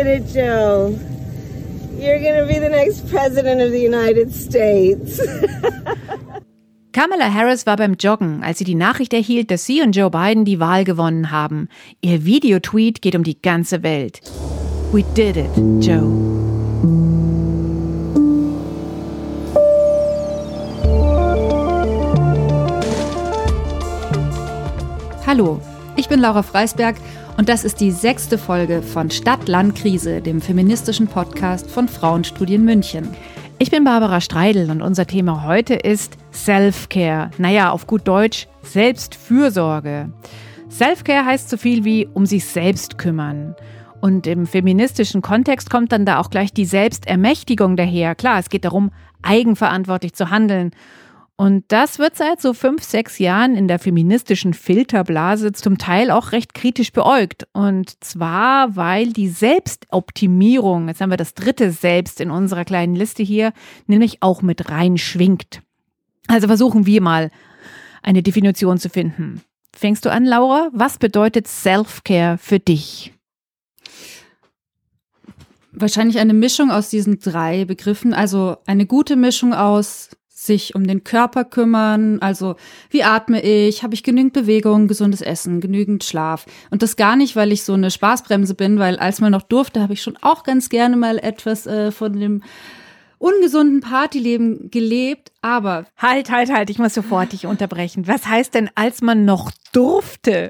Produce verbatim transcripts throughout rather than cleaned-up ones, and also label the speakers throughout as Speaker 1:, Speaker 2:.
Speaker 1: did it, Joe. You're gonna be the next president of the United States.
Speaker 2: Kamala Harris war beim Joggen, als sie die Nachricht erhielt, dass sie und Joe Biden die Wahl gewonnen haben. Ihr Videotweet geht um die ganze Welt. We did it, Joe.
Speaker 3: Hallo, ich bin Laura Freisberg und das ist die sechste Folge von Stadt-Land-Krise, dem feministischen Podcast von Frauenstudien München.
Speaker 2: Ich bin Barbara Streidel und unser Thema heute ist Self-Care. Naja, auf gut Deutsch Selbstfürsorge. Self-Care heißt so viel wie um sich selbst kümmern. Und im feministischen Kontext kommt dann da auch gleich die Selbstermächtigung daher. Klar, es geht darum, eigenverantwortlich zu handeln. Und das wird seit so fünf, sechs Jahren in der feministischen Filterblase zum Teil auch recht kritisch beäugt. Und zwar, weil die Selbstoptimierung, jetzt haben wir das dritte Selbst in unserer kleinen Liste hier, nämlich auch mit reinschwingt. Also versuchen wir mal eine Definition zu finden. Fängst du an, Laura? Was bedeutet Self-Care für dich?
Speaker 3: Wahrscheinlich eine Mischung aus diesen drei Begriffen, also eine gute Mischung aus sich um den Körper kümmern, also wie atme ich, habe ich genügend Bewegung, gesundes Essen, genügend Schlaf. Und das gar nicht, weil ich so eine Spaßbremse bin, weil als man noch durfte, habe ich schon auch ganz gerne mal etwas äh, von dem ungesunden Partyleben gelebt, aber...
Speaker 2: Halt, halt, halt, ich muss sofort dich unterbrechen. Was heißt denn, als man noch durfte?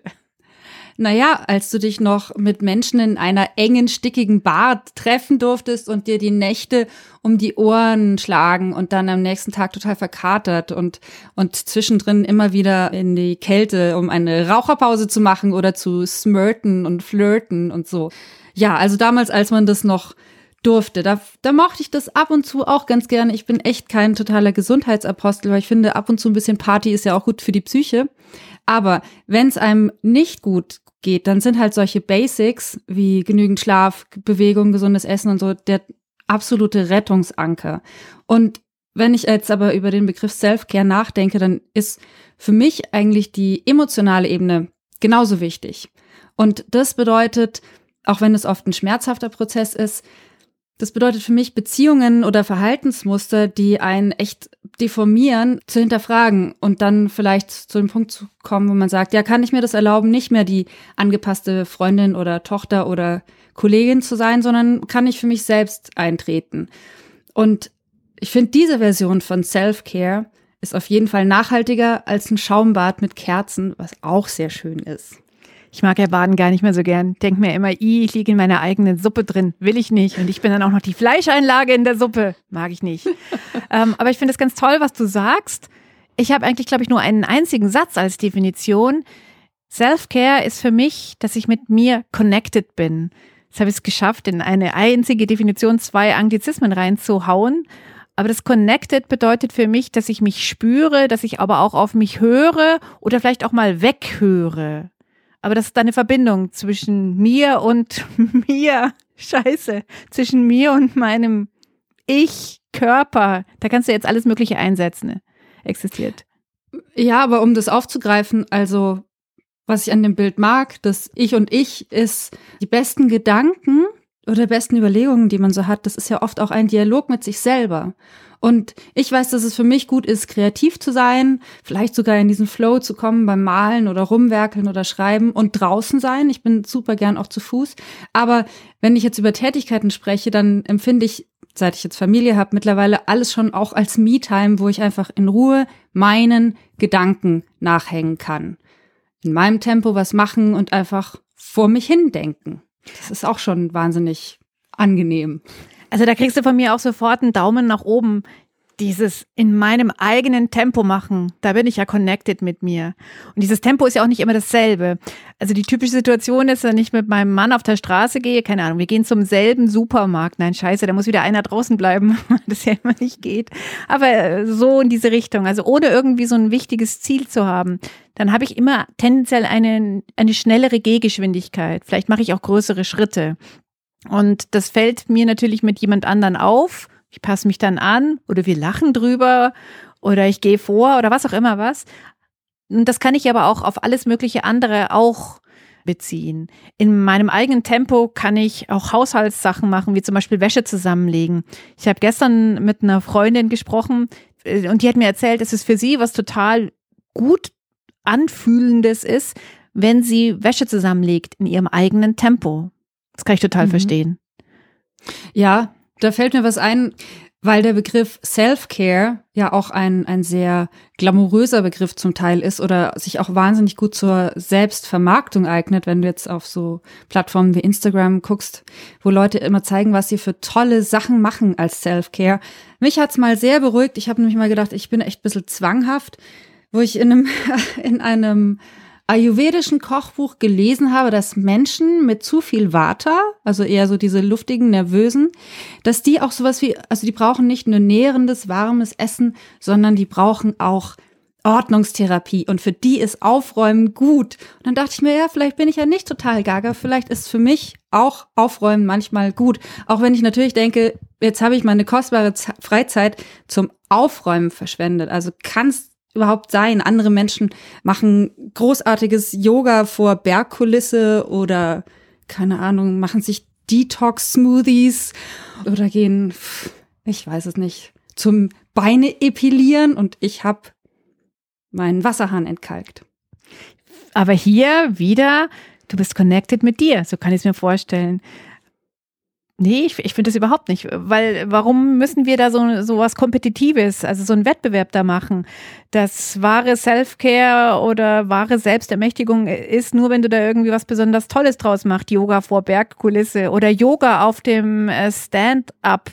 Speaker 3: Naja, als du dich noch mit Menschen in einer engen, stickigen Bar treffen durftest und dir die Nächte um die Ohren schlagen und dann am nächsten Tag total verkatert und, und zwischendrin immer wieder in die Kälte, um eine Raucherpause zu machen oder zu smurten und flirten und so. Ja, also damals, als man das noch durfte, da, da mochte ich das ab und zu auch ganz gerne. Ich bin echt kein totaler Gesundheitsapostel, weil ich finde, ab und zu ein bisschen Party ist ja auch gut für die Psyche. Aber wenn es einem nicht gut geht, dann sind halt solche Basics wie genügend Schlaf, Bewegung, gesundes Essen und so der absolute Rettungsanker. Und wenn ich jetzt aber über den Begriff Self-Care nachdenke, dann ist für mich eigentlich die emotionale Ebene genauso wichtig. Und das bedeutet, auch wenn es oft ein schmerzhafter Prozess ist, das bedeutet für mich, Beziehungen oder Verhaltensmuster, die einen echt deformieren, zu hinterfragen und dann vielleicht zu dem Punkt zu kommen, wo man sagt, ja, kann ich mir das erlauben, nicht mehr die angepasste Freundin oder Tochter oder Kollegin zu sein, sondern kann ich für mich selbst eintreten. Und ich finde, diese Version von Self-Care ist auf jeden Fall nachhaltiger als ein Schaumbad mit Kerzen, was auch sehr schön ist.
Speaker 2: Ich mag ja Baden gar nicht mehr so gern. Denk mir immer, ich liege in meiner eigenen Suppe drin. Will ich nicht. Und ich bin dann auch noch die Fleischeinlage in der Suppe. Mag ich nicht. ähm, aber ich finde es ganz toll, was du sagst. Ich habe eigentlich, glaube ich, nur einen einzigen Satz als Definition. Self-Care ist für mich, dass ich mit mir connected bin. Jetzt habe ich es geschafft, in eine einzige Definition zwei Anglizismen reinzuhauen. Aber das Connected bedeutet für mich, dass ich mich spüre, dass ich aber auch auf mich höre oder vielleicht auch mal weghöre. Aber das ist eine Verbindung zwischen mir und mir. Scheiße. Zwischen mir und meinem Ich, Körper. Da kannst du jetzt alles Mögliche einsetzen. Ne? Existiert.
Speaker 3: Ja, aber um das aufzugreifen, also was ich an dem Bild mag, das Ich und Ich ist die besten Gedanken oder besten Überlegungen, die man so hat. Das ist ja oft auch ein Dialog mit sich selber. Und ich weiß, dass es für mich gut ist, kreativ zu sein, vielleicht sogar in diesen Flow zu kommen beim Malen oder Rumwerkeln oder Schreiben und draußen sein. Ich bin super gern auch zu Fuß. Aber wenn ich jetzt über Tätigkeiten spreche, dann empfinde ich, seit ich jetzt Familie habe, mittlerweile alles schon auch als Me-Time, wo ich einfach in Ruhe meinen Gedanken nachhängen kann. In meinem Tempo was machen und einfach vor mich hin denken. Das ist auch schon wahnsinnig angenehm.
Speaker 2: Also da kriegst du von mir auch sofort einen Daumen nach oben. Dieses in meinem eigenen Tempo machen, da bin ich ja connected mit mir. Und dieses Tempo ist ja auch nicht immer dasselbe. Also die typische Situation ist, wenn ich mit meinem Mann auf der Straße gehe, keine Ahnung, wir gehen zum selben Supermarkt. Nein, scheiße, da muss wieder einer draußen bleiben, weil das ja immer nicht geht. Aber so in diese Richtung, also ohne irgendwie so ein wichtiges Ziel zu haben, dann habe ich immer tendenziell eine, eine schnellere Gehgeschwindigkeit. Vielleicht mache ich auch größere Schritte. Und das fällt mir natürlich mit jemand anderen auf. Ich passe mich dann an oder wir lachen drüber oder ich gehe vor oder was auch immer was. Und das kann ich aber auch auf alles mögliche andere auch beziehen. In meinem eigenen Tempo kann ich auch Haushaltssachen machen, wie zum Beispiel Wäsche zusammenlegen. Ich habe gestern mit einer Freundin gesprochen und die hat mir erzählt, dass es für sie was total gut Anfühlendes ist, wenn sie Wäsche zusammenlegt in ihrem eigenen Tempo. Das kann ich total mhm. verstehen.
Speaker 3: Ja, da fällt mir was ein, weil der Begriff Self-Care ja auch ein, ein sehr glamouröser Begriff zum Teil ist oder sich auch wahnsinnig gut zur Selbstvermarktung eignet, wenn du jetzt auf so Plattformen wie Instagram guckst, wo Leute immer zeigen, was sie für tolle Sachen machen als Self-Care. Mich hat's mal sehr beruhigt. Ich habe nämlich mal gedacht, ich bin echt ein bisschen zwanghaft, wo ich in einem, in einem ayurvedischen Kochbuch gelesen habe, dass Menschen mit zu viel Vata, also eher so diese luftigen, nervösen, dass die auch sowas wie, also die brauchen nicht nur nährendes, warmes Essen, sondern die brauchen auch Ordnungstherapie und für die ist Aufräumen gut. Und dann dachte ich mir, ja, vielleicht bin ich ja nicht total gaga, vielleicht ist für mich auch Aufräumen manchmal gut. Auch wenn ich natürlich denke, jetzt habe ich meine kostbare Z- Freizeit zum Aufräumen verschwendet. Also kann's überhaupt sein? Andere Menschen machen großartiges Yoga vor Bergkulisse oder, keine Ahnung, machen sich Detox-Smoothies oder gehen, ich weiß es nicht, zum Beine epilieren und ich habe meinen Wasserhahn entkalkt.
Speaker 2: Aber hier wieder, du bist connected mit dir, so kann ich es mir vorstellen. Nee, ich, ich finde das überhaupt nicht, weil warum müssen wir da so, so was Kompetitives, also so einen Wettbewerb da machen? Das wahre Self-Care oder wahre Selbstermächtigung ist nur, wenn du da irgendwie was besonders Tolles draus machst, Yoga vor Bergkulisse oder Yoga auf dem Stand-up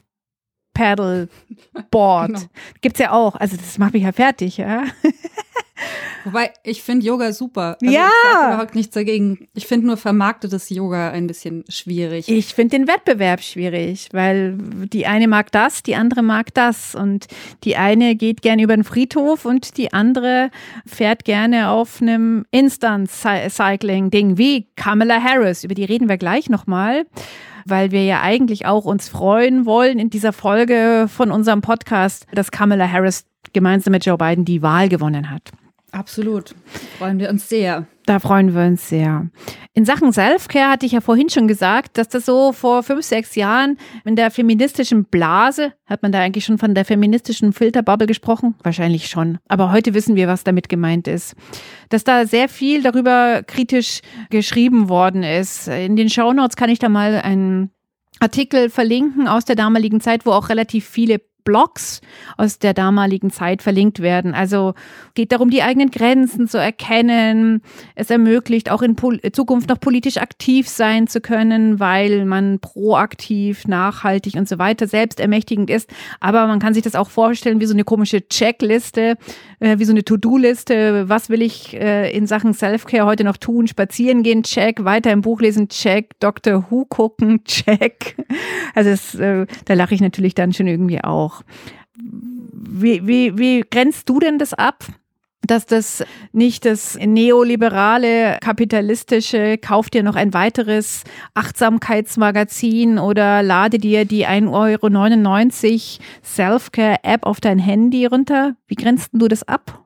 Speaker 2: Paddleboard. Genau. Gibt's ja auch, also das macht mich ja fertig, ja.
Speaker 3: Wobei, ich finde Yoga super. Also
Speaker 2: ja.
Speaker 3: Ich sage überhaupt nichts dagegen. Ich finde nur vermarktetes Yoga ein bisschen schwierig.
Speaker 2: Ich finde den Wettbewerb schwierig, weil die eine mag das, die andere mag das. Und die eine geht gerne über den Friedhof und die andere fährt gerne auf einem Instant-Cycling-Ding wie Kamala Harris. Über die reden wir gleich nochmal, weil wir ja eigentlich auch uns freuen wollen in dieser Folge von unserem Podcast, dass Kamala Harris gemeinsam mit Joe Biden die Wahl gewonnen hat.
Speaker 3: Absolut. Freuen wir uns sehr.
Speaker 2: Da freuen wir uns sehr. In Sachen Self-Care hatte ich ja vorhin schon gesagt, dass das so vor fünf, sechs Jahren in der feministischen Blase, hat man da eigentlich schon von der feministischen Filterbubble gesprochen? Wahrscheinlich schon. Aber heute wissen wir, was damit gemeint ist. Dass da sehr viel darüber kritisch geschrieben worden ist. In den Shownotes kann ich da mal einen Artikel verlinken aus der damaligen Zeit, wo auch relativ viele Blogs aus der damaligen Zeit verlinkt werden. Also geht darum, die eigenen Grenzen zu erkennen. Es ermöglicht auch in Pol- Zukunft noch politisch aktiv sein zu können, weil man proaktiv, nachhaltig und so weiter selbstermächtigend ist. Aber man kann sich das auch vorstellen wie so eine komische Checkliste, äh, wie so eine To-Do-Liste. Was will ich äh, in Sachen Self-Care heute noch tun? Spazieren gehen, check. Weiter im Buch lesen, check. Doctor Who gucken, check. Also das, äh, da lache ich natürlich dann schon irgendwie auch. Wie, wie, wie grenzt du denn das ab, dass das nicht das neoliberale, kapitalistische, kauf dir noch ein weiteres Achtsamkeitsmagazin oder lade dir die ein Euro neunundneunzig Self-Care-App auf dein Handy runter? Wie grenzt du das ab?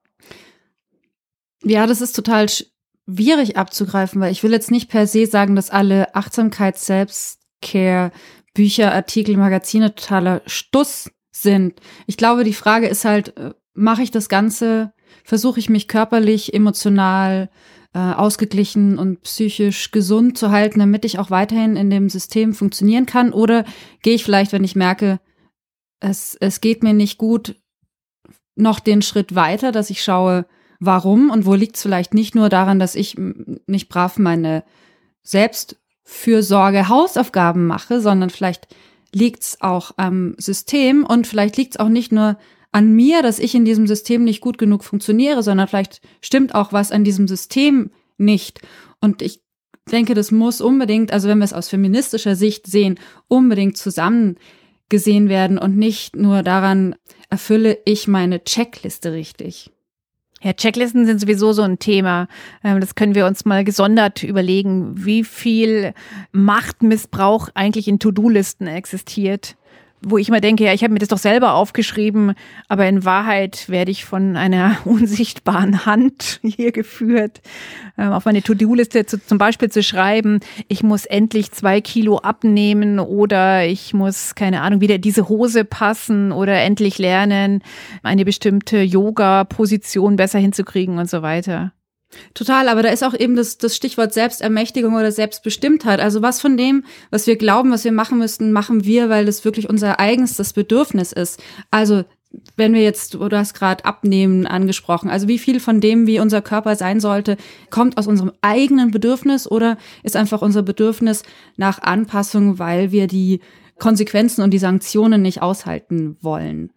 Speaker 3: Ja, das ist total schwierig abzugreifen, weil ich will jetzt nicht per se sagen, dass alle Achtsamkeits-, Self-Care- Bücher, Artikel, Magazine totaler Stuss sind. Ich glaube, die Frage ist halt, mache ich das Ganze, versuche ich mich körperlich, emotional, äh, ausgeglichen und psychisch gesund zu halten, damit ich auch weiterhin in dem System funktionieren kann? Oder gehe ich vielleicht, wenn ich merke, es, es geht mir nicht gut, noch den Schritt weiter, dass ich schaue, warum und wo liegt es vielleicht nicht nur daran, dass ich nicht brav meine selbst Fürsorge, Hausaufgaben mache, sondern vielleicht liegt's auch am System und vielleicht liegt's auch nicht nur an mir, dass ich in diesem System nicht gut genug funktioniere, sondern vielleicht stimmt auch was an diesem System nicht. Und ich denke, das muss unbedingt, also wenn wir es aus feministischer Sicht sehen, unbedingt zusammen gesehen werden und nicht nur daran, erfülle ich meine Checkliste richtig.
Speaker 2: Ja, Checklisten sind sowieso so ein Thema. Das können wir uns mal gesondert überlegen, wie viel Machtmissbrauch eigentlich in To-Do-Listen existiert. wo ich immer denke, ja, ich habe mir das doch selber aufgeschrieben, aber in Wahrheit werde ich von einer unsichtbaren Hand hier geführt, ähm, auf meine To-Do-Liste zu, zum Beispiel zu schreiben, ich muss endlich zwei Kilo abnehmen oder ich muss, keine Ahnung, wieder diese Hose passen oder endlich lernen, eine bestimmte Yoga-Position besser hinzukriegen und so weiter.
Speaker 3: Total, aber da ist auch eben das, das Stichwort Selbstermächtigung oder Selbstbestimmtheit. Also was von dem, was wir glauben, was wir machen müssten, machen wir, weil es wirklich unser eigenstes Bedürfnis ist. Also wenn wir jetzt, du hast gerade Abnehmen angesprochen, also wie viel von dem, wie unser Körper sein sollte, kommt aus unserem eigenen Bedürfnis oder ist einfach unser Bedürfnis nach Anpassung, weil wir die Konsequenzen und die Sanktionen nicht aushalten wollen.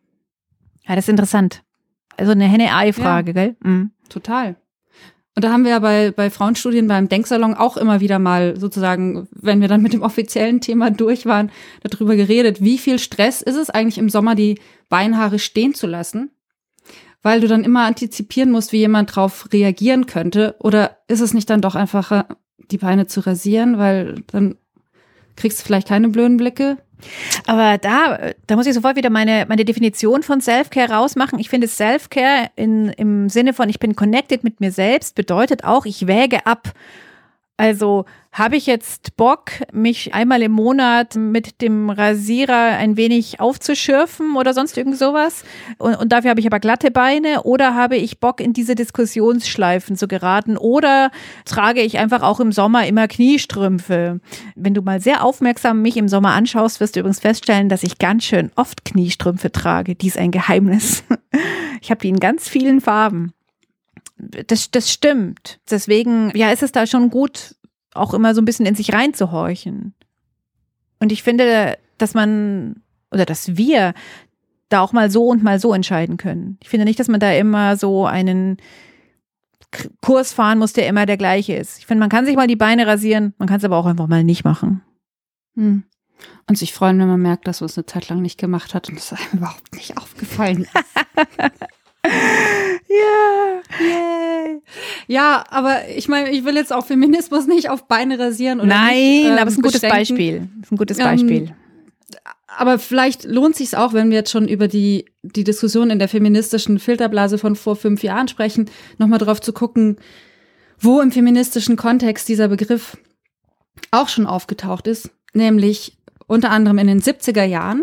Speaker 2: Ja, das ist interessant. Also eine Henne-Ei-Frage, ja. Gell? Mhm.
Speaker 3: Total. Und da haben wir ja bei, bei Frauenstudien beim Denksalon auch immer wieder mal sozusagen, wenn wir dann mit dem offiziellen Thema durch waren, darüber geredet, wie viel Stress ist es eigentlich im Sommer, die Beinhaare stehen zu lassen, weil du dann immer antizipieren musst, wie jemand drauf reagieren könnte. Oder ist es nicht dann doch einfacher, die Beine zu rasieren, weil dann kriegst du vielleicht keine blöden Blicke?
Speaker 2: Aber da, da muss ich sofort wieder meine, meine Definition von Self-Care rausmachen. Ich finde Self-Care in, im Sinne von ich bin connected mit mir selbst bedeutet auch, ich wäge ab. Also habe ich jetzt Bock, mich einmal im Monat mit dem Rasierer ein wenig aufzuschürfen oder sonst irgend sowas? Und, und dafür habe ich aber glatte Beine oder habe ich Bock, in diese Diskussionsschleifen zu geraten? Oder trage ich einfach auch im Sommer immer Kniestrümpfe? Wenn du mal sehr aufmerksam mich im Sommer anschaust, wirst du übrigens feststellen, dass ich ganz schön oft Kniestrümpfe trage. Die ist ein Geheimnis. Ich habe die in ganz vielen Farben. Das, das stimmt. Deswegen, ja, ist es da schon gut, auch immer so ein bisschen in sich reinzuhorchen. Und ich finde, dass man, oder dass wir da auch mal so und mal so entscheiden können. Ich finde nicht, dass man da immer so einen Kurs fahren muss, der immer der gleiche ist. Ich finde, man kann sich mal die Beine rasieren, man kann es aber auch einfach mal nicht machen.
Speaker 3: Hm. Und sich freuen, wenn man merkt, dass man es eine Zeit lang nicht gemacht hat und es einem überhaupt nicht aufgefallen ist.
Speaker 2: Ja,
Speaker 3: yay. Ja, aber ich meine, ich will jetzt auch Feminismus nicht auf Beine rasieren oder
Speaker 2: Nein,
Speaker 3: nicht, ähm,
Speaker 2: aber es ist ein gutes
Speaker 3: beschränken.
Speaker 2: Beispiel. Es ist ein gutes Beispiel.
Speaker 3: Ähm, aber vielleicht lohnt sich auch, wenn wir jetzt schon über die die Diskussion in der feministischen Filterblase von vor fünf Jahren sprechen, nochmal drauf zu gucken, wo im feministischen Kontext dieser Begriff auch schon aufgetaucht ist, nämlich unter anderem in den siebziger Jahren.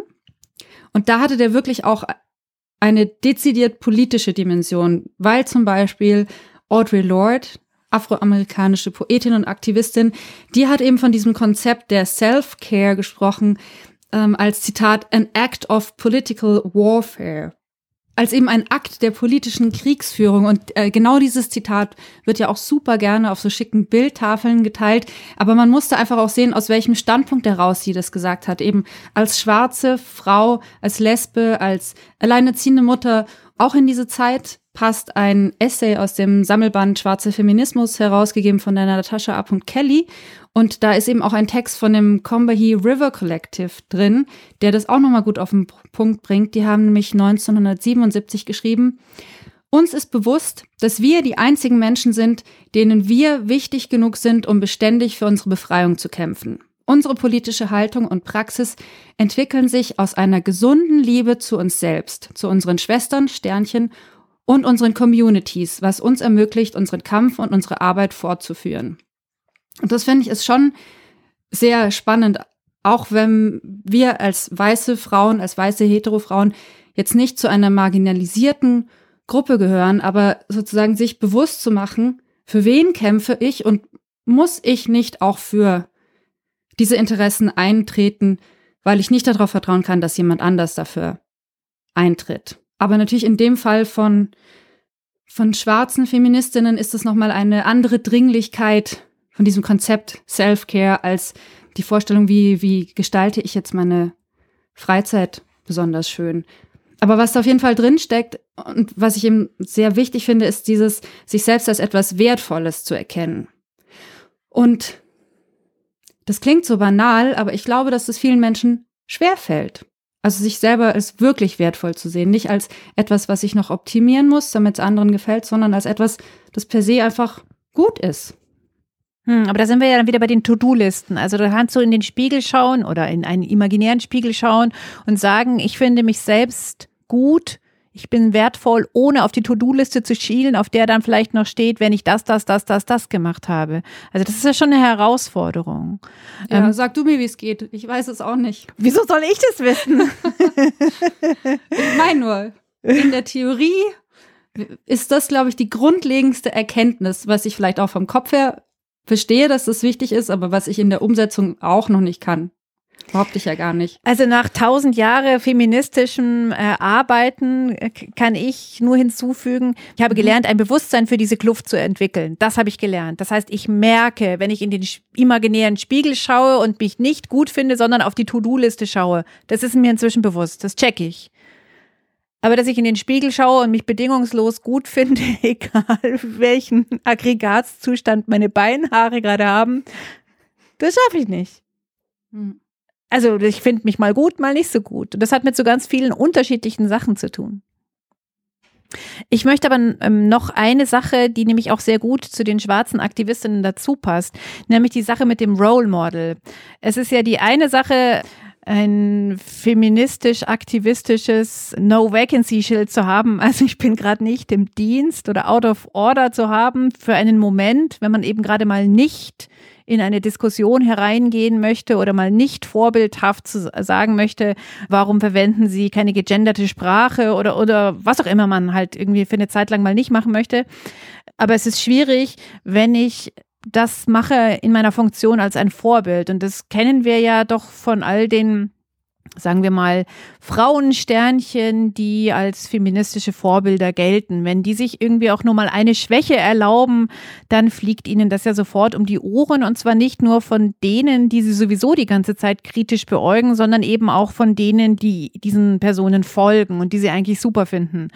Speaker 3: Und da hatte der wirklich auch eine dezidiert politische Dimension, weil zum Beispiel Audre Lorde, afroamerikanische Poetin und Aktivistin, die hat eben von diesem Konzept der Self-Care gesprochen, ähm, als Zitat, an act of political warfare. Als eben ein Akt der politischen Kriegsführung. Und äh, genau dieses Zitat wird ja auch super gerne auf so schicken Bildtafeln geteilt. Aber man musste einfach auch sehen, aus welchem Standpunkt heraus sie das gesagt hat. Eben als schwarze Frau, als Lesbe, als alleinerziehende Mutter. Auch in diese Zeit passt ein Essay aus dem Sammelband Schwarzer Feminismus, herausgegeben von der Natasha A. Kelly. Und da ist eben auch ein Text von dem Combahee River Collective drin, der das auch nochmal gut auf den Punkt bringt. Die haben nämlich neunzehnhundertsiebenundsiebzig geschrieben: Uns ist bewusst, dass wir die einzigen Menschen sind, denen wir wichtig genug sind, um beständig für unsere Befreiung zu kämpfen. Unsere politische Haltung und Praxis entwickeln sich aus einer gesunden Liebe zu uns selbst, zu unseren Schwestern, Sternchen und unseren Communities, was uns ermöglicht, unseren Kampf und unsere Arbeit fortzuführen. Und das finde ich ist schon sehr spannend, auch wenn wir als weiße Frauen, als weiße Hetero-Frauen jetzt nicht zu einer marginalisierten Gruppe gehören, aber sozusagen sich bewusst zu machen, für wen kämpfe ich und muss ich nicht auch für diese Interessen eintreten, weil ich nicht darauf vertrauen kann, dass jemand anders dafür eintritt. Aber natürlich in dem Fall von, von schwarzen Feministinnen ist es nochmal eine andere Dringlichkeit von diesem Konzept Self-Care als die Vorstellung, wie, wie gestalte ich jetzt meine Freizeit besonders schön. Aber was da auf jeden Fall drinsteckt und was ich eben sehr wichtig finde, ist dieses, sich selbst als etwas Wertvolles zu erkennen. Und das klingt so banal, aber ich glaube, dass es vielen Menschen schwerfällt. Also sich selber als wirklich wertvoll zu sehen. Nicht als etwas, was ich noch optimieren muss, damit es anderen gefällt, sondern als etwas, das per se einfach gut ist.
Speaker 2: Hm, aber da sind wir ja dann wieder bei den To-Do-Listen. Also da kannst du in den Spiegel schauen oder in einen imaginären Spiegel schauen und sagen, ich finde mich selbst gut, ich bin wertvoll, ohne auf die To-Do-Liste zu schielen, auf der dann vielleicht noch steht, wenn ich das, das, das, das, das gemacht habe. Also das ist ja schon eine Herausforderung.
Speaker 3: Ja,
Speaker 2: ähm,
Speaker 3: sag du mir, wie es geht. Ich weiß es auch nicht.
Speaker 2: Wieso soll ich das wissen?
Speaker 3: Ich meine nur, in der Theorie ist das, glaube ich, die grundlegendste Erkenntnis, was ich vielleicht auch vom Kopf her verstehe, dass das wichtig ist, aber was ich in der Umsetzung auch noch nicht kann. Behaupte ich ja gar nicht.
Speaker 2: Also nach tausend Jahre feministischem äh, Arbeiten äh, kann ich nur hinzufügen, ich habe gelernt, ein Bewusstsein für diese Kluft zu entwickeln. Das habe ich gelernt. Das heißt, ich merke, wenn ich in den imaginären Spiegel schaue und mich nicht gut finde, sondern auf die To-Do-Liste schaue. Das ist mir inzwischen bewusst. Das check ich. Aber dass ich in den Spiegel schaue und mich bedingungslos gut finde, egal welchen Aggregatzustand meine Beinhaare gerade haben, das schaffe ich nicht.
Speaker 3: Hm.
Speaker 2: Also ich finde mich mal gut, mal nicht so gut. Und das hat mit so ganz vielen unterschiedlichen Sachen zu tun. Ich möchte aber ähm, noch eine Sache, die nämlich auch sehr gut zu den schwarzen Aktivistinnen dazu passt, nämlich die Sache mit dem Role Model. Es ist ja die eine Sache, ein feministisch-aktivistisches No-Vacancy-Schild zu haben. Also ich bin gerade nicht im Dienst oder out of order zu haben für einen Moment, wenn man eben gerade mal nicht in eine Diskussion hereingehen möchte oder mal nicht vorbildhaft zu sagen möchte, warum verwenden Sie keine gegenderte Sprache oder, oder was auch immer man halt irgendwie für eine Zeit lang mal nicht machen möchte. Aber es ist schwierig, wenn ich das mache in meiner Funktion als ein Vorbild. Und das kennen wir ja doch von all den, sagen wir mal, Frauensternchen, die als feministische Vorbilder gelten. Wenn die sich irgendwie auch nur mal eine Schwäche erlauben, dann fliegt ihnen das ja sofort um die Ohren. Und zwar nicht nur von denen, die sie sowieso die ganze Zeit kritisch beäugen, sondern eben auch von denen, die diesen Personen folgen und die sie eigentlich super finden.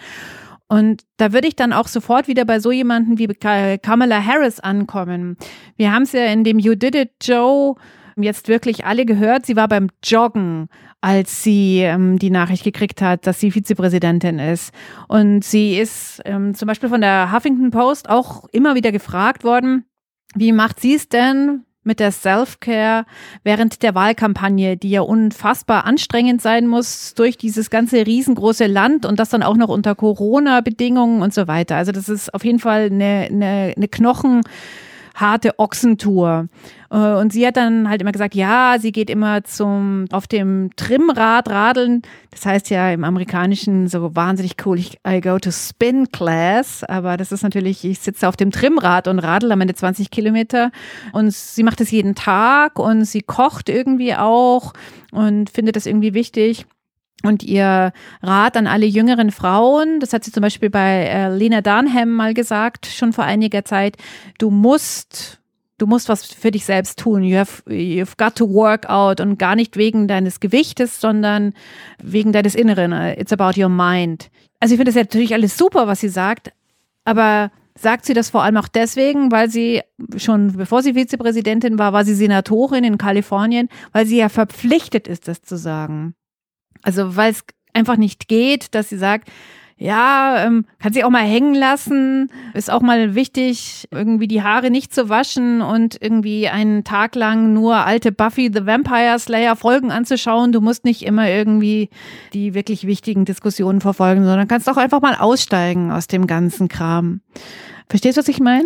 Speaker 2: Und da würde ich dann auch sofort wieder bei so jemanden wie Kamala Harris ankommen. Wir haben es ja in dem You Did It, Joe, jetzt wirklich alle gehört. Sie war beim Joggen, als sie ähm, die Nachricht gekriegt hat, dass sie Vizepräsidentin ist. Und sie ist ähm, zum Beispiel von der Huffington Post auch immer wieder gefragt worden, wie macht sie es denn mit der Self-Care während der Wahlkampagne, die ja unfassbar anstrengend sein muss durch dieses ganze riesengroße Land und das dann auch noch unter Corona-Bedingungen und so weiter. Also das ist auf jeden Fall eine, eine, eine knochenharte Ochsentour. Und sie hat dann halt immer gesagt, ja, sie geht immer zum auf dem Trimmrad radeln. Das heißt ja im Amerikanischen so wahnsinnig cool, ich, I go to spin class. Aber das ist natürlich, ich sitze auf dem Trimmrad und radel am Ende zwanzig Kilometer. Und sie macht das jeden Tag und sie kocht irgendwie auch und findet das irgendwie wichtig. Und ihr Rat an alle jüngeren Frauen, das hat sie zum Beispiel bei äh, Lena Dunham mal gesagt, schon vor einiger Zeit, du musst Du musst was für dich selbst tun. You have, you've got to work out und gar nicht wegen deines Gewichtes, sondern wegen deines Inneren. It's about your mind. Also ich finde das ja natürlich alles super, was sie sagt, aber sagt sie das vor allem auch deswegen, weil sie schon, bevor sie Vizepräsidentin war, war sie Senatorin in Kalifornien, weil sie ja verpflichtet ist, das zu sagen. Also weil es einfach nicht geht, dass sie sagt, ja, ähm, kann sie auch mal hängen lassen, ist auch mal wichtig, irgendwie die Haare nicht zu waschen und irgendwie einen Tag lang nur alte Buffy the Vampire Slayer Folgen anzuschauen. Du musst nicht immer irgendwie die wirklich wichtigen Diskussionen verfolgen, sondern kannst auch einfach mal aussteigen aus dem ganzen Kram. Verstehst du, was ich meine?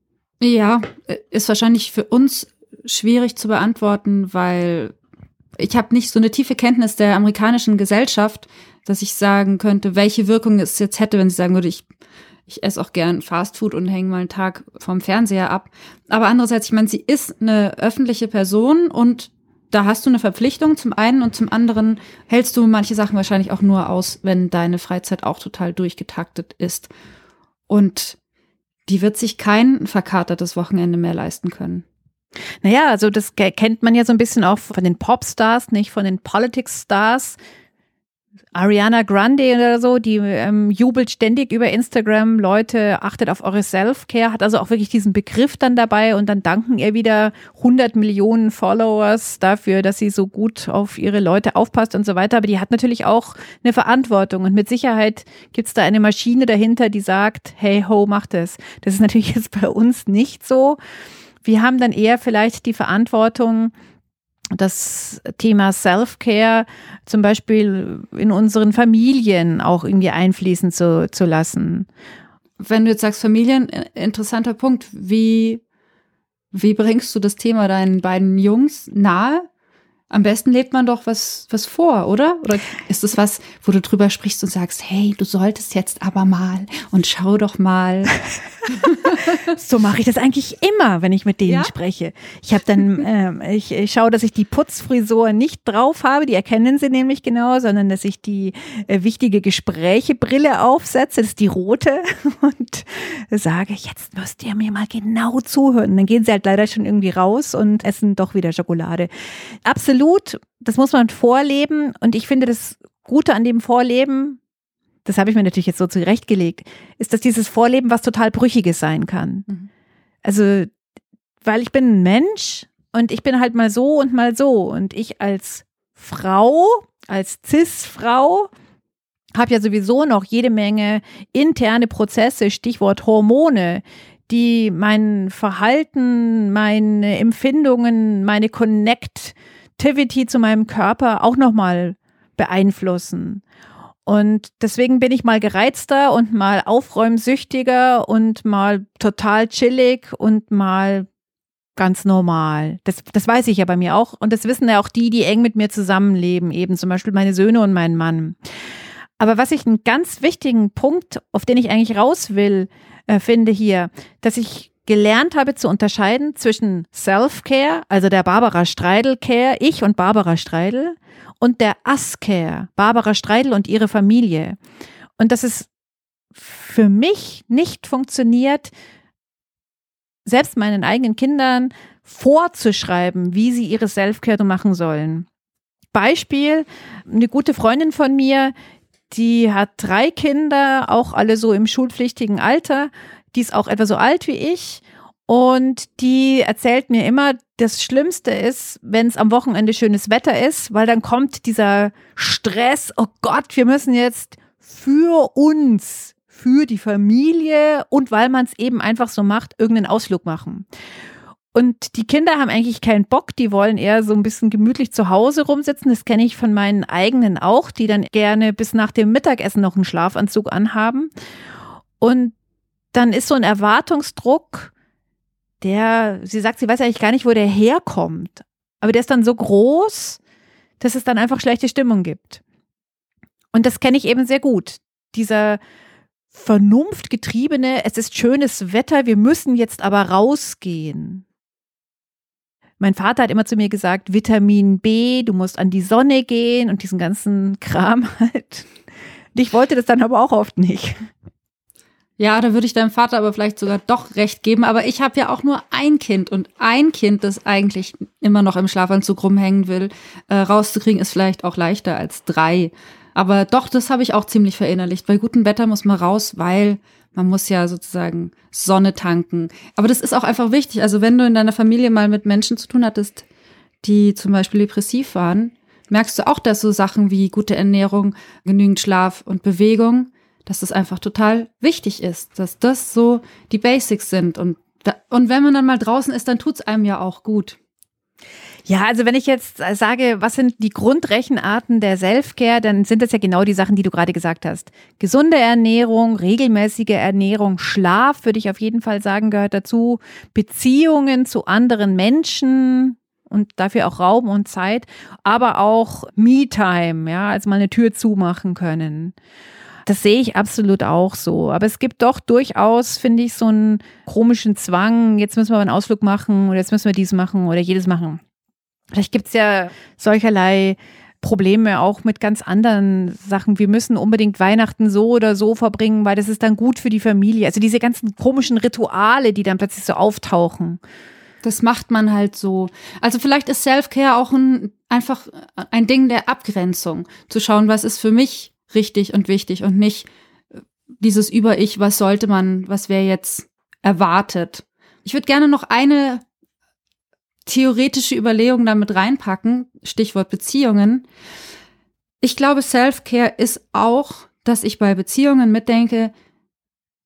Speaker 3: Ja, ist wahrscheinlich für uns schwierig zu beantworten, weil ich habe nicht so eine tiefe Kenntnis der amerikanischen Gesellschaft, dass ich sagen könnte, welche Wirkung es jetzt hätte, wenn sie sagen würde, ich, ich esse auch gern Fastfood und hänge mal einen Tag vom Fernseher ab. Aber andererseits, ich meine, sie ist eine öffentliche Person und da hast du eine Verpflichtung zum einen und zum anderen hältst du manche Sachen wahrscheinlich auch nur aus, wenn deine Freizeit auch total durchgetaktet ist. Und die wird sich kein verkatertes Wochenende mehr leisten können.
Speaker 2: Naja, also das kennt man ja so ein bisschen auch von den Popstars, nicht von den Politics-Stars. Ariana Grande oder so, die ähm, jubelt ständig über Instagram, Leute, achtet auf eure Self-Care, hat also auch wirklich diesen Begriff dann dabei und dann danken ihr wieder hundert Millionen Followers dafür, dass sie so gut auf ihre Leute aufpasst und so weiter. Aber die hat natürlich auch eine Verantwortung und mit Sicherheit gibt's da eine Maschine dahinter, die sagt, hey ho, mach das. Das ist natürlich jetzt bei uns nicht so. wir haben dann eher vielleicht die Verantwortung, das Thema Self-Care zum Beispiel in unseren Familien auch irgendwie einfließen zu, zu lassen.
Speaker 3: Wenn du jetzt sagst Familien, interessanter Punkt, wie, wie bringst du das Thema deinen beiden Jungs nahe? Am besten lebt man doch was, was vor, oder? Oder ist das was, wo du drüber sprichst und sagst, hey, du solltest jetzt aber mal und schau doch mal.
Speaker 2: So mache ich das eigentlich immer, wenn ich mit denen ja? spreche. Ich habe dann, ähm, ich, ich schaue, dass ich die Putzfrisur nicht drauf habe, die erkennen sie nämlich genau, sondern dass ich die äh, wichtige Gesprächebrille aufsetze, das ist die rote, und sage, jetzt müsst ihr mir mal genau zuhören. Und dann gehen sie halt leider schon irgendwie raus und essen doch wieder Schokolade. Absolut, das muss man vorleben, und ich finde, das Gute an dem Vorleben, das habe ich mir natürlich jetzt so zurechtgelegt, ist, dass dieses Vorleben was total Brüchiges sein kann. Mhm. Also, weil ich bin ein Mensch und ich bin halt mal so und mal so, und ich als Frau, als Cis-Frau, habe ja sowieso noch jede Menge interne Prozesse, Stichwort Hormone, die mein Verhalten, meine Empfindungen, meine Connectivity zu meinem Körper auch nochmal beeinflussen. Und deswegen bin ich mal gereizter und mal aufräumsüchtiger und mal total chillig und mal ganz normal. Das, das weiß ich ja bei mir auch, und das wissen ja auch die, die eng mit mir zusammenleben, eben zum Beispiel meine Söhne und mein Mann. Aber was ich einen ganz wichtigen Punkt, auf den ich eigentlich raus will, äh, finde hier, dass ich gelernt habe zu unterscheiden zwischen Self-Care, also der Barbara Streidel-Care, ich und Barbara Streidel, und der Us-Care, Barbara Streidel und ihre Familie. Und dass es für mich nicht funktioniert, selbst meinen eigenen Kindern vorzuschreiben, wie sie ihre Self-Care machen sollen. Beispiel, eine gute Freundin von mir, die hat drei Kinder, auch alle so im schulpflichtigen Alter. Die ist auch etwa so alt wie ich, und die erzählt mir immer, das Schlimmste ist, wenn es am Wochenende schönes Wetter ist, weil dann kommt dieser Stress, oh Gott, wir müssen jetzt für uns, für die Familie und weil man es eben einfach so macht, irgendeinen Ausflug machen. Und die Kinder haben eigentlich keinen Bock, die wollen eher so ein bisschen gemütlich zu Hause rumsitzen. Das kenne ich von meinen eigenen auch, die dann gerne bis nach dem Mittagessen noch einen Schlafanzug anhaben. Und dann ist so ein Erwartungsdruck, der, sie sagt, sie weiß eigentlich gar nicht, wo der herkommt. Aber der ist dann so groß, dass es dann einfach schlechte Stimmung gibt. Und das kenne ich eben sehr gut. Dieser vernunftgetriebene, es ist schönes Wetter, wir müssen jetzt aber rausgehen. Mein Vater hat immer zu mir gesagt, Vitamin B, du musst an die Sonne gehen und diesen ganzen Kram halt. Und ich wollte das dann aber auch oft nicht.
Speaker 3: Ja, da würde ich deinem Vater aber vielleicht sogar doch recht geben. Aber ich habe ja auch nur ein Kind, und ein Kind, das eigentlich immer noch im Schlafanzug rumhängen will, äh, rauszukriegen, ist vielleicht auch leichter als drei. Aber doch, das habe ich auch ziemlich verinnerlicht. Bei gutem Wetter muss man raus, weil man muss ja sozusagen Sonne tanken. Aber das ist auch einfach wichtig. Also wenn du in deiner Familie mal mit Menschen zu tun hattest, die zum Beispiel depressiv waren, merkst du auch, dass so Sachen wie gute Ernährung, genügend Schlaf und Bewegung, dass das einfach total wichtig ist, dass das so die Basics sind. Und, da, und wenn man dann mal draußen ist, dann tut's einem ja auch gut.
Speaker 2: Ja, also wenn ich jetzt sage, was sind die Grundrechenarten der Self-Care, dann sind das ja genau die Sachen, die du gerade gesagt hast. Gesunde Ernährung, regelmäßige Ernährung, Schlaf, würde ich auf jeden Fall sagen, gehört dazu. Beziehungen zu anderen Menschen und dafür auch Raum und Zeit, aber auch Me-Time, ja, also mal eine Tür zumachen können. Das sehe ich absolut auch so. Aber es gibt doch durchaus, finde ich, so einen komischen Zwang, jetzt müssen wir einen Ausflug machen oder jetzt müssen wir dies machen oder jedes machen. Vielleicht gibt es ja solcherlei Probleme auch mit ganz anderen Sachen. Wir müssen unbedingt Weihnachten so oder so verbringen, weil das ist dann gut für die Familie. Also diese ganzen komischen Rituale, die dann plötzlich so auftauchen.
Speaker 3: Das macht man halt so. Also vielleicht ist Self-Care auch ein, einfach ein Ding der Abgrenzung. Zu schauen, was ist für mich richtig und wichtig und nicht dieses Über-Ich, was sollte man, was wäre jetzt erwartet. Ich würde gerne noch eine theoretische Überlegung damit reinpacken, Stichwort Beziehungen. Ich glaube, Self-Care ist auch, dass ich bei Beziehungen mitdenke,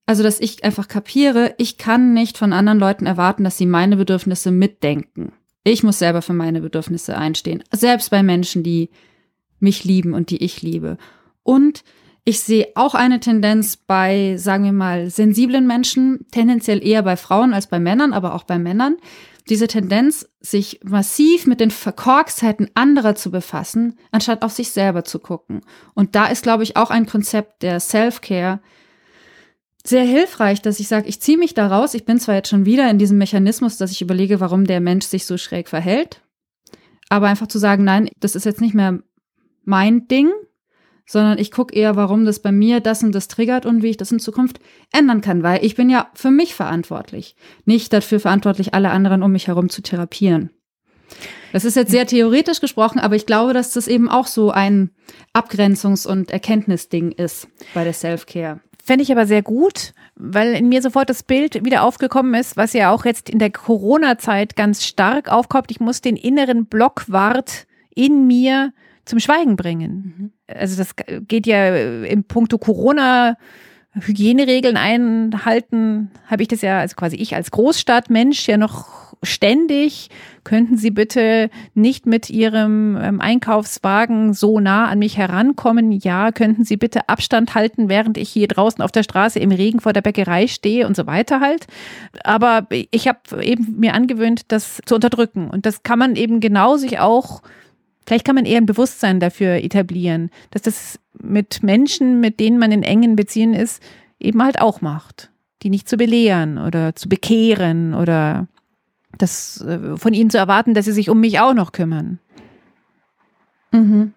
Speaker 3: Also, dass ich einfach kapiere, ich kann nicht von anderen Leuten erwarten, dass sie meine Bedürfnisse mitdenken. Ich muss selber für meine Bedürfnisse einstehen. Selbst bei Menschen, die mich lieben und die ich liebe. Und ich sehe auch eine Tendenz bei, sagen wir mal, sensiblen Menschen, tendenziell eher bei Frauen als bei Männern, aber auch bei Männern. Diese Tendenz, sich massiv mit den Verkorkstheiten anderer zu befassen, anstatt auf sich selber zu gucken. Und da ist, glaube ich, auch ein Konzept der Self-Care sehr hilfreich, dass ich sage, ich ziehe mich da raus. Ich bin zwar jetzt schon wieder in diesem Mechanismus, dass ich überlege, warum der Mensch sich so schräg verhält. Aber einfach zu sagen, nein, das ist jetzt nicht mehr mein Ding, sondern ich gucke eher, warum das bei mir das und das triggert und wie ich das in Zukunft ändern kann, weil ich bin ja für mich verantwortlich, nicht dafür verantwortlich, alle anderen um mich herum zu therapieren. Das ist jetzt sehr theoretisch gesprochen, aber ich glaube, dass das eben auch so ein Abgrenzungs- und Erkenntnisding ist bei der Self-Care.
Speaker 2: Fände ich aber sehr gut, weil in mir sofort das Bild wieder aufgekommen ist, was ja auch jetzt in der Corona-Zeit ganz stark aufkommt. Ich muss den inneren Blockwart in mir zum Schweigen bringen. Mhm. Also das geht ja im Punkto Corona, Hygieneregeln einhalten, habe ich das ja, also quasi ich als Großstadtmensch ja noch ständig. Könnten Sie bitte nicht mit Ihrem ähm, Einkaufswagen so nah an mich herankommen? Ja, könnten Sie bitte Abstand halten, während ich hier draußen auf der Straße im Regen vor der Bäckerei stehe und so weiter halt. Aber ich habe eben mir angewöhnt, das zu unterdrücken. Und das kann man eben genau sich auch, vielleicht kann man eher ein Bewusstsein dafür etablieren, dass das mit Menschen, mit denen man in engen Beziehungen ist, eben halt auch macht. Die nicht zu belehren oder zu bekehren oder das äh, von ihnen zu erwarten, dass sie sich um mich auch noch kümmern.
Speaker 3: Mhm.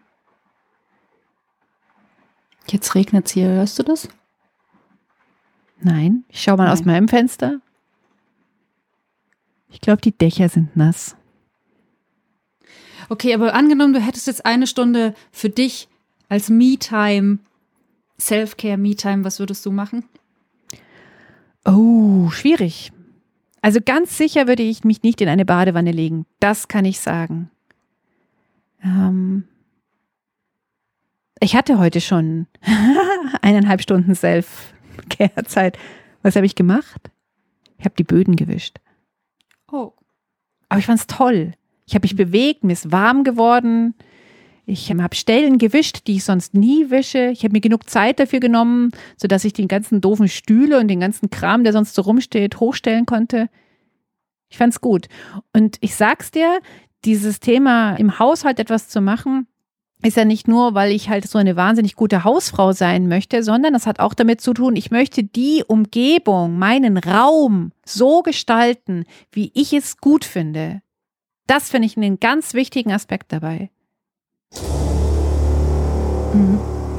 Speaker 3: Jetzt regnet es hier, hörst du das?
Speaker 2: Nein, ich schaue mal Nein. aus meinem Fenster. Ich glaube, die Dächer sind nass.
Speaker 3: Okay, aber angenommen, du hättest jetzt eine Stunde für dich als Me-Time, Self-Care Me-Time, was würdest du machen?
Speaker 2: Oh, schwierig. Also ganz sicher würde ich mich nicht in eine Badewanne legen. Das kann ich sagen. Ähm ich hatte heute schon eineinhalb Stunden Self-Care-Zeit. Was habe ich gemacht? Ich habe die Böden gewischt.
Speaker 3: Oh.
Speaker 2: Aber ich fand es toll. Ich habe mich bewegt, mir ist warm geworden. Ich habe Stellen gewischt, die ich sonst nie wische. Ich habe mir genug Zeit dafür genommen, sodass ich den ganzen doofen Stühle und den ganzen Kram, der sonst so rumsteht, hochstellen konnte. Ich fand's gut. Und ich sag's dir, dieses Thema im Haushalt etwas zu machen, ist ja nicht nur, weil ich halt so eine wahnsinnig gute Hausfrau sein möchte, sondern das hat auch damit zu tun, ich möchte die Umgebung, meinen Raum so gestalten, wie ich es gut finde. Das finde ich einen ganz wichtigen Aspekt dabei. Mhm.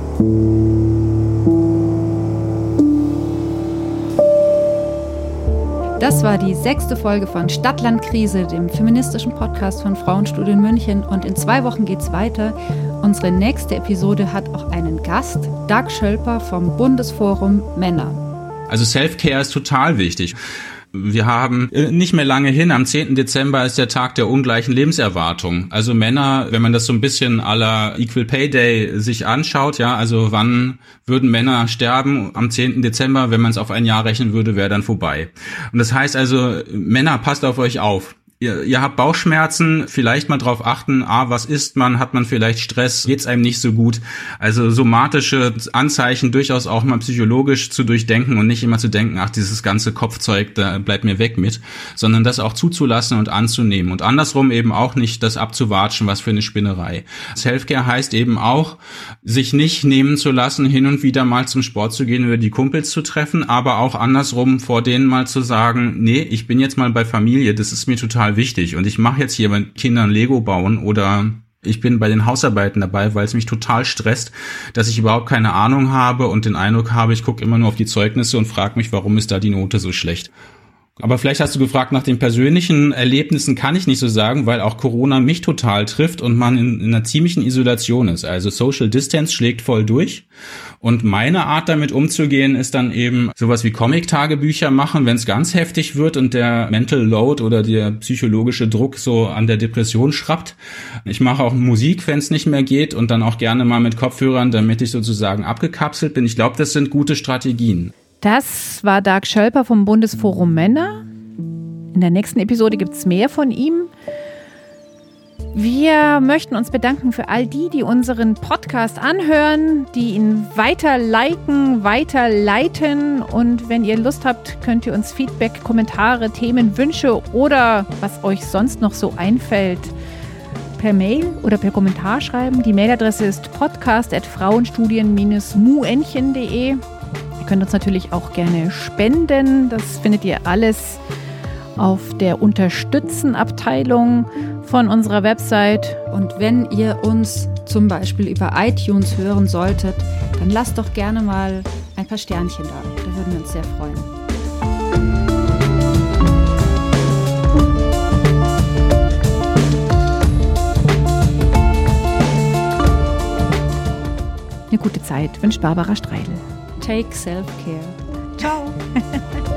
Speaker 3: Das war die sechste Folge von Stadt-Land-Krise, dem feministischen Podcast von Frauenstudio in München. Und in zwei Wochen geht's weiter. Unsere nächste Episode hat auch einen Gast, Doug Schölper vom Bundesforum Männer.
Speaker 4: Also Self-Care ist total wichtig. Wir haben nicht mehr lange hin, am zehnten Dezember ist der Tag der ungleichen Lebenserwartung. Also Männer, wenn man das so ein bisschen à la Equal Pay Day sich anschaut, ja, also wann würden Männer sterben? Am zehnten Dezember, wenn man es auf ein Jahr rechnen würde, wäre dann vorbei. Und das heißt also, Männer, passt auf euch auf. Ihr, ihr habt Bauchschmerzen, vielleicht mal drauf achten, ah, was isst man, hat man vielleicht Stress, geht's einem nicht so gut. Also somatische Anzeichen durchaus auch mal psychologisch zu durchdenken und nicht immer zu denken, ach, dieses ganze Kopfzeug, da bleibt mir weg mit, sondern das auch zuzulassen und anzunehmen und andersrum eben auch nicht das abzuwatschen, was für eine Spinnerei. Selfcare heißt eben auch, sich nicht nehmen zu lassen, hin und wieder mal zum Sport zu gehen oder die Kumpels zu treffen, aber auch andersrum vor denen mal zu sagen, nee, ich bin jetzt mal bei Familie, das ist mir total wichtig und ich mache jetzt hier mit Kindern Lego bauen oder ich bin bei den Hausarbeiten dabei, weil es mich total stresst, dass ich überhaupt keine Ahnung habe und den Eindruck habe, ich gucke immer nur auf die Zeugnisse und frage mich, warum ist da die Note so schlecht. Aber vielleicht hast du gefragt nach den persönlichen Erlebnissen, kann ich nicht so sagen, weil auch Corona mich total trifft und man in, in einer ziemlichen Isolation ist. Also Social Distance schlägt voll durch. Und meine Art damit umzugehen ist dann eben sowas wie Comic-Tagebücher machen, wenn es ganz heftig wird und der Mental Load oder der psychologische Druck so an der Depression schrappt. Ich mache auch Musik, wenn es nicht mehr geht und dann auch gerne mal mit Kopfhörern, damit ich sozusagen abgekapselt bin. Ich glaube, das sind gute Strategien.
Speaker 2: Das war Dag Schölper vom Bundesforum Männer. In der nächsten Episode gibt es mehr von ihm. Wir möchten uns bedanken für all die, die unseren Podcast anhören, die ihn weiter liken, weiter leiten. Und wenn ihr Lust habt, könnt ihr uns Feedback, Kommentare, Themen, Wünsche oder was euch sonst noch so einfällt, per Mail oder per Kommentar schreiben. Die Mailadresse ist podcast at frauenstudien Bindestrich muenchen punkt de. Ihr könnt uns natürlich auch gerne spenden. Das findet ihr alles auf der Unterstützen-Abteilung von unserer Website.
Speaker 3: Und wenn ihr uns zum Beispiel über iTunes hören solltet, dann lasst doch gerne mal ein paar Sternchen da. Da würden wir uns sehr freuen.
Speaker 2: Eine gute Zeit wünscht Barbara Streidel.
Speaker 3: Take self-care.
Speaker 2: Ciao.